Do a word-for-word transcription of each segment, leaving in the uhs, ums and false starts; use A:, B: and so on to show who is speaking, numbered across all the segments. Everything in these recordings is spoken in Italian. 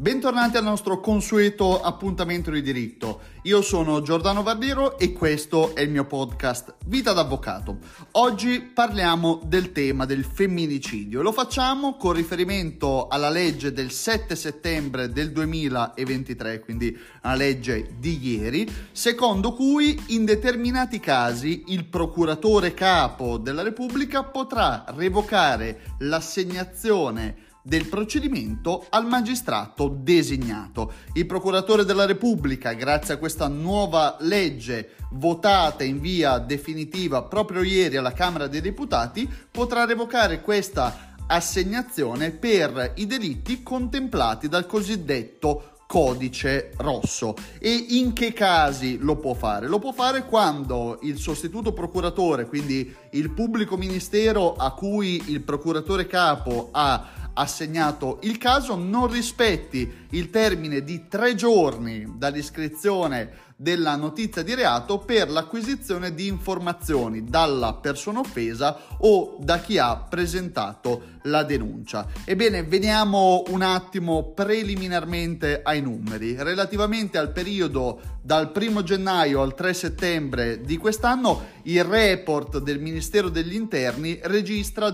A: Bentornati al nostro consueto appuntamento di diritto. Io sono Giordano Barbero e questo è il mio podcast Vita d'Avvocato. Oggi parliamo del tema del femminicidio. Lo facciamo con riferimento alla legge del sette settembre del duemilaventitré, quindi una legge di ieri, secondo cui in determinati casi il procuratore capo della Repubblica potrà revocare l'assegnazione del procedimento al magistrato designato. Il procuratore della Repubblica, grazie a questa nuova legge votata in via definitiva proprio ieri alla Camera dei Deputati, potrà revocare questa assegnazione per i delitti contemplati dal cosiddetto codice rosso. E in che casi lo può fare? Lo può fare quando il sostituto procuratore, quindi il pubblico ministero a cui il procuratore capo ha assegnato il caso, non rispetti il termine di tre giorni dall'iscrizione della notizia di reato per l'acquisizione di informazioni dalla persona offesa o da chi ha presentato la denuncia. Ebbene, veniamo un attimo preliminarmente ai numeri. Relativamente al periodo dal primo gennaio al tre settembre di quest'anno, il report del Ministero degli Interni registra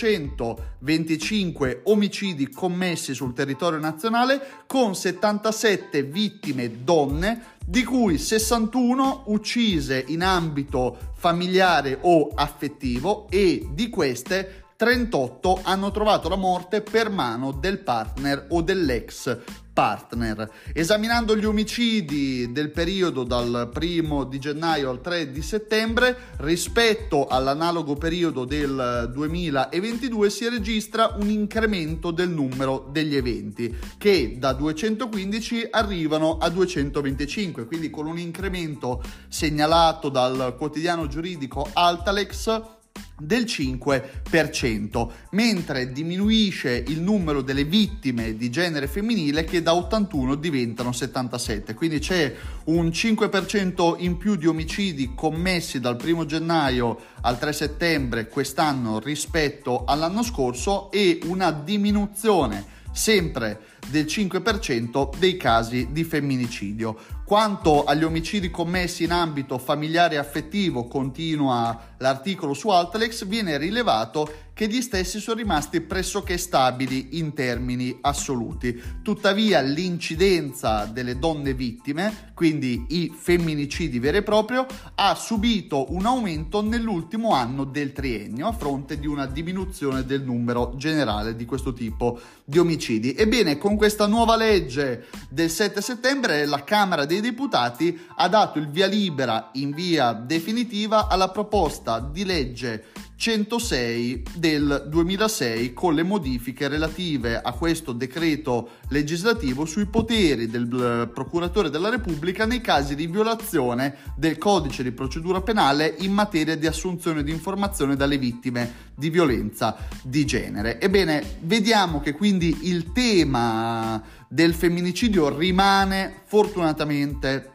A: duecentoventicinque omicidi commessi sul territorio nazionale con settantasette vittime donne, di cui sessantuno uccise in ambito familiare o affettivo, e di queste trentotto hanno trovato la morte per mano del partner o dell'ex partner. Esaminando gli omicidi del periodo dal primo di gennaio al tre di settembre, rispetto all'analogo periodo del duemilaventidue si registra un incremento del numero degli eventi, che da duecentoquindici arrivano a duecentoventicinque, quindi con un incremento segnalato dal quotidiano giuridico Altalex del cinque per cento, mentre diminuisce il numero delle vittime di genere femminile, che da ottantuno diventano settantasette, quindi c'è un cinque per cento in più di omicidi commessi dal primo gennaio al tre settembre quest'anno rispetto all'anno scorso, e una diminuzione sempre del cinque per cento dei casi di femminicidio. Quanto agli omicidi commessi in ambito familiare e affettivo, continua l'articolo su Altalex, viene rilevato che gli stessi sono rimasti pressoché stabili in termini assoluti. Tuttavia l'incidenza delle donne vittime, quindi i femminicidi veri e propri, ha subito un aumento nell'ultimo anno del triennio, a fronte di una diminuzione del numero generale di questo tipo di omicidi. Ebbene, con questa nuova legge del sette settembre la Camera dei Deputati ha dato il via libera in via definitiva alla proposta di legge centosei del duemilasei, con le modifiche relative a questo decreto legislativo sui poteri del procuratore della Repubblica nei casi di violazione del codice di procedura penale in materia di assunzione di informazione dalle vittime di violenza di genere. Ebbene, vediamo che quindi il tema del femminicidio rimane fortunatamente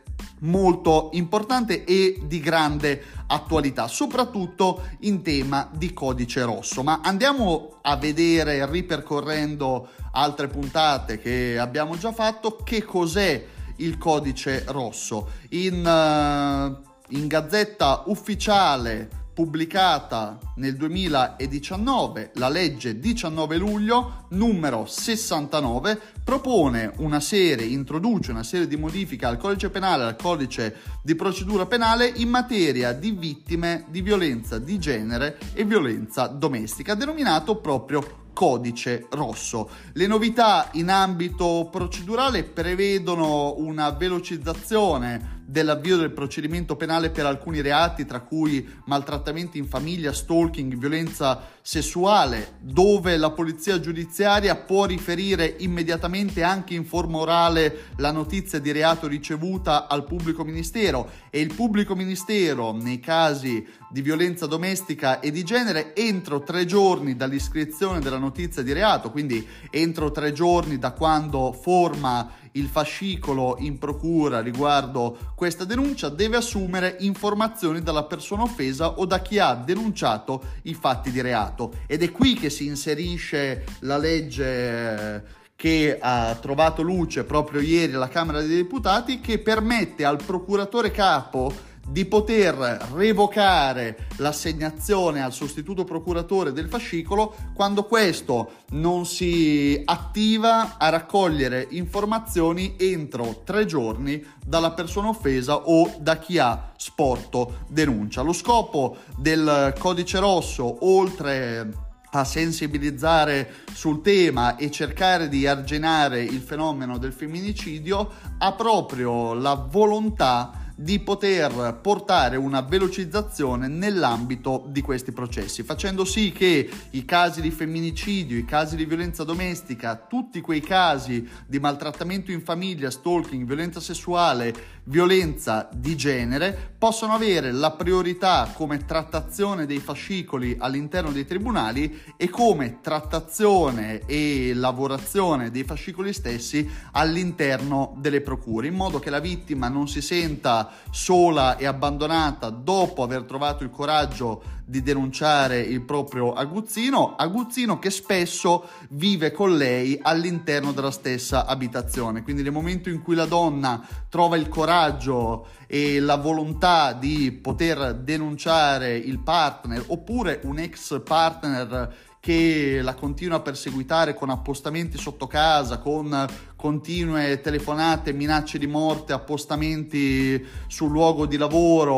A: molto importante e di grande attualità, soprattutto in tema di codice rosso. Ma andiamo a vedere, ripercorrendo altre puntate che abbiamo già fatto, che cos'è il codice rosso. In, uh, in Gazzetta Ufficiale pubblicata nel duemiladiciannove, la legge diciannove luglio numero sessantanove propone una serie, introduce una serie di modifiche al codice penale, al codice di procedura penale in materia di vittime di violenza di genere e violenza domestica, denominato proprio codice rosso. Le novità in ambito procedurale prevedono una velocizzazione dell'avvio del procedimento penale per alcuni reati, tra cui maltrattamenti in famiglia, stalking, violenza sessuale, dove la polizia giudiziaria può riferire immediatamente, anche in forma orale, la notizia di reato ricevuta al pubblico ministero, e il pubblico ministero, nei casi di violenza domestica e di genere, entro tre giorni dall'iscrizione della notizia di reato, quindi entro tre giorni da quando forma il fascicolo in procura riguardo questa denuncia, deve assumere informazioni dalla persona offesa o da chi ha denunciato i fatti di reato. Ed è qui che si inserisce la legge che ha trovato luce proprio ieri alla Camera dei Deputati, che permette al procuratore capo di poter revocare l'assegnazione al sostituto procuratore del fascicolo quando questo non si attiva a raccogliere informazioni entro tre giorni dalla persona offesa o da chi ha sporto denuncia. Lo scopo del codice rosso, oltre a sensibilizzare sul tema e cercare di arginare il fenomeno del femminicidio, ha proprio la volontà di poter portare una velocizzazione nell'ambito di questi processi, facendo sì che i casi di femminicidio, i casi di violenza domestica, tutti quei casi di maltrattamento in famiglia, stalking, violenza sessuale, violenza di genere possano avere la priorità come trattazione dei fascicoli all'interno dei tribunali e come trattazione e lavorazione dei fascicoli stessi all'interno delle procure, in modo che la vittima non si senta sola e abbandonata dopo aver trovato il coraggio di denunciare il proprio aguzzino, aguzzino che spesso vive con lei all'interno della stessa abitazione. Quindi nel momento in cui la donna trova il coraggio e la volontà di poter denunciare il partner oppure un ex partner che la continua a perseguitare con appostamenti sotto casa, con continue telefonate, minacce di morte, appostamenti sul luogo di lavoro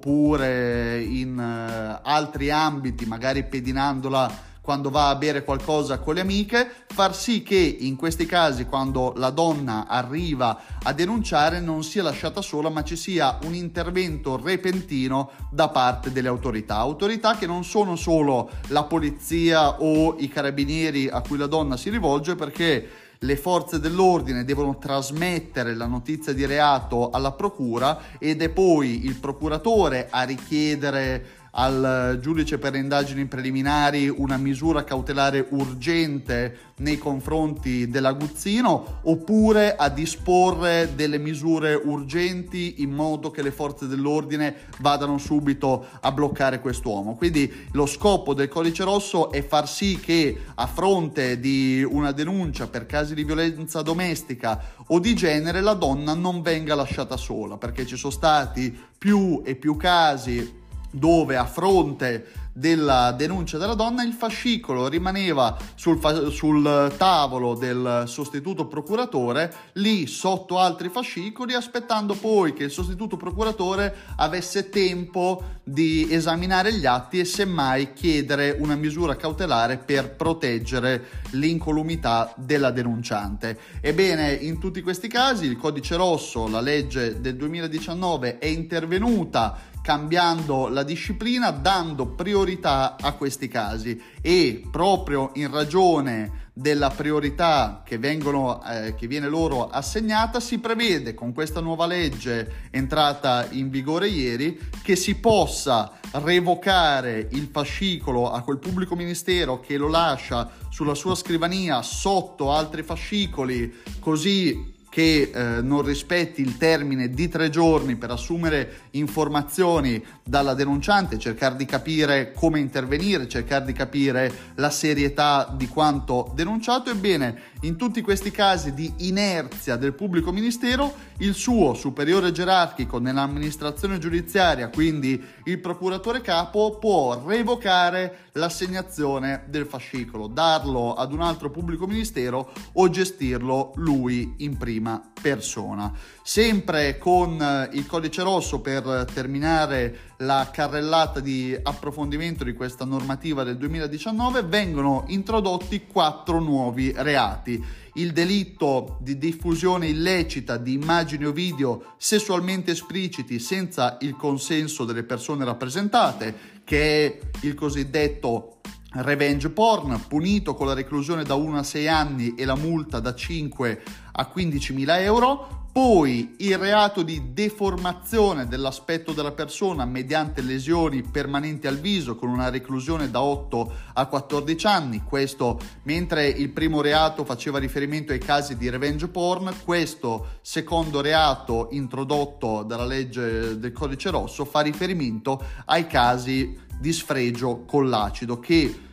A: oppure in uh, altri ambiti, magari pedinandola quando va a bere qualcosa con le amiche, far sì che in questi casi, quando la donna arriva a denunciare, non sia lasciata sola, ma ci sia un intervento repentino da parte delle autorità. Autorità che non sono solo la polizia o i carabinieri a cui la donna si rivolge, perché le forze dell'ordine devono trasmettere la notizia di reato alla procura ed è poi il procuratore a richiedere al giudice per le indagini preliminari una misura cautelare urgente nei confronti dell'aguzzino oppure a disporre delle misure urgenti in modo che le forze dell'ordine vadano subito a bloccare quest'uomo. Quindi lo scopo del codice rosso è far sì che a fronte di una denuncia per casi di violenza domestica o di genere la donna non venga lasciata sola, perché ci sono stati più e più casi dove a fronte della denuncia della donna il fascicolo rimaneva sul, fa- sul tavolo del sostituto procuratore, lì sotto altri fascicoli, aspettando poi che il sostituto procuratore avesse tempo di esaminare gli atti e semmai chiedere una misura cautelare per proteggere l'incolumità della denunciante. Ebbene, in tutti questi casi il codice rosso, la legge del duemiladiciannove, è intervenuta cambiando la disciplina, dando priorità a questi casi e proprio in ragione della priorità che, vengono, eh, che viene loro assegnata, si prevede con questa nuova legge entrata in vigore ieri che si possa revocare il fascicolo a quel pubblico ministero che lo lascia sulla sua scrivania sotto altri fascicoli, così che eh, non rispetti il termine di tre giorni per assumere informazioni dalla denunciante, cercare di capire come intervenire, cercare di capire la serietà di quanto denunciato. Ebbene, in tutti questi casi di inerzia del pubblico ministero, il suo superiore gerarchico nell'amministrazione giudiziaria, quindi il procuratore capo, può revocare l'assegnazione del fascicolo, darlo ad un altro pubblico ministero o gestirlo lui in prima persona. Sempre con il codice rosso, per terminare la carrellata di approfondimento di questa normativa del duemiladiciannove, vengono introdotti quattro nuovi reati: il delitto di diffusione illecita di immagini o video sessualmente espliciti senza il consenso delle persone rappresentate, che è il cosiddetto revenge porn, punito con la reclusione da uno a sei anni e la multa da cinque a quindicimila euro. Poi il reato di deformazione dell'aspetto della persona mediante lesioni permanenti al viso, con una reclusione da otto a quattordici anni. Questo, mentre il primo reato faceva riferimento ai casi di revenge porn, questo secondo reato introdotto dalla legge del codice rosso fa riferimento ai casi di sfregio con l'acido, che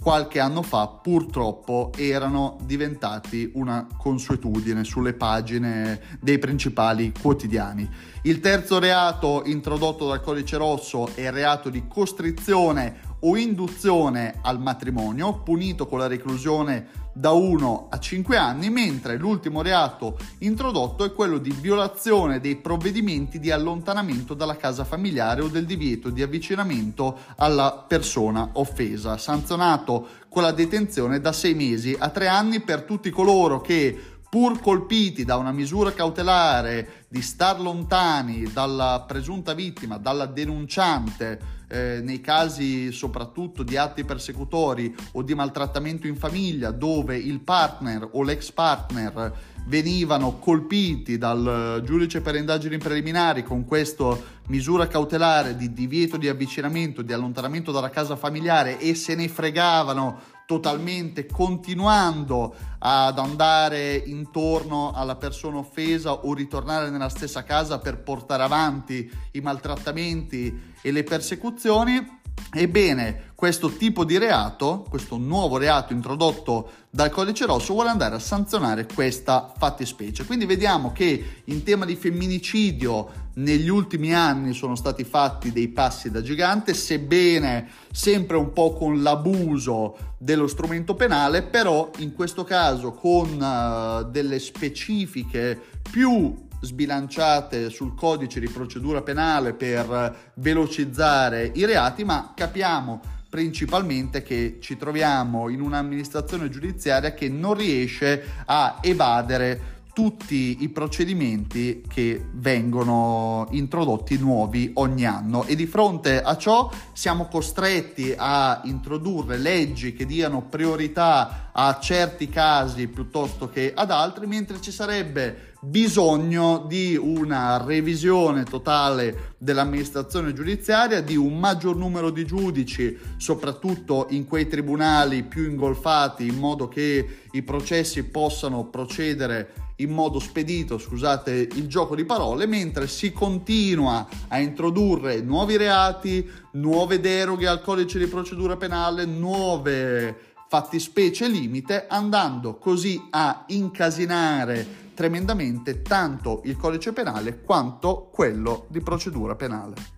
A: qualche anno fa purtroppo erano diventati una consuetudine sulle pagine dei principali quotidiani. Il terzo reato introdotto dal Codice Rosso è il reato di costrizione o induzione al matrimonio, punito con la reclusione da uno a cinque anni, mentre l'ultimo reato introdotto è quello di violazione dei provvedimenti di allontanamento dalla casa familiare o del divieto di avvicinamento alla persona offesa, sanzionato con la detenzione da sei mesi a tre anni per tutti coloro che, pur colpiti da una misura cautelare di star lontani dalla presunta vittima, dalla denunciante, eh, nei casi soprattutto di atti persecutori o di maltrattamento in famiglia, dove il partner o l'ex partner venivano colpiti dal giudice per indagini preliminari con questa misura cautelare di divieto di avvicinamento, di allontanamento dalla casa familiare, e se ne fregavano totalmente, continuando ad andare intorno alla persona offesa o ritornare nella stessa casa per portare avanti i maltrattamenti e le persecuzioni. Ebbene, questo tipo di reato, questo nuovo reato introdotto dal Codice Rosso, vuole andare a sanzionare questa fattispecie. Quindi vediamo che in tema di femminicidio negli ultimi anni sono stati fatti dei passi da gigante, sebbene sempre un po' con l'abuso dello strumento penale, però in questo caso con uh, delle specifiche più sbilanciate sul codice di procedura penale per velocizzare i reati, ma capiamo principalmente che ci troviamo in un'amministrazione giudiziaria che non riesce a evadere tutti i procedimenti che vengono introdotti nuovi ogni anno, e di fronte a ciò siamo costretti a introdurre leggi che diano priorità a certi casi piuttosto che ad altri, mentre ci sarebbe bisogno di una revisione totale dell'amministrazione giudiziaria, di un maggior numero di giudici, soprattutto in quei tribunali più ingolfati, in modo che i processi possano procedere in modo spedito, scusate il gioco di parole, mentre si continua a introdurre nuovi reati, nuove deroghe al codice di procedura penale, nuove fattispecie limite, andando così a incasinare tremendamente tanto il codice penale quanto quello di procedura penale.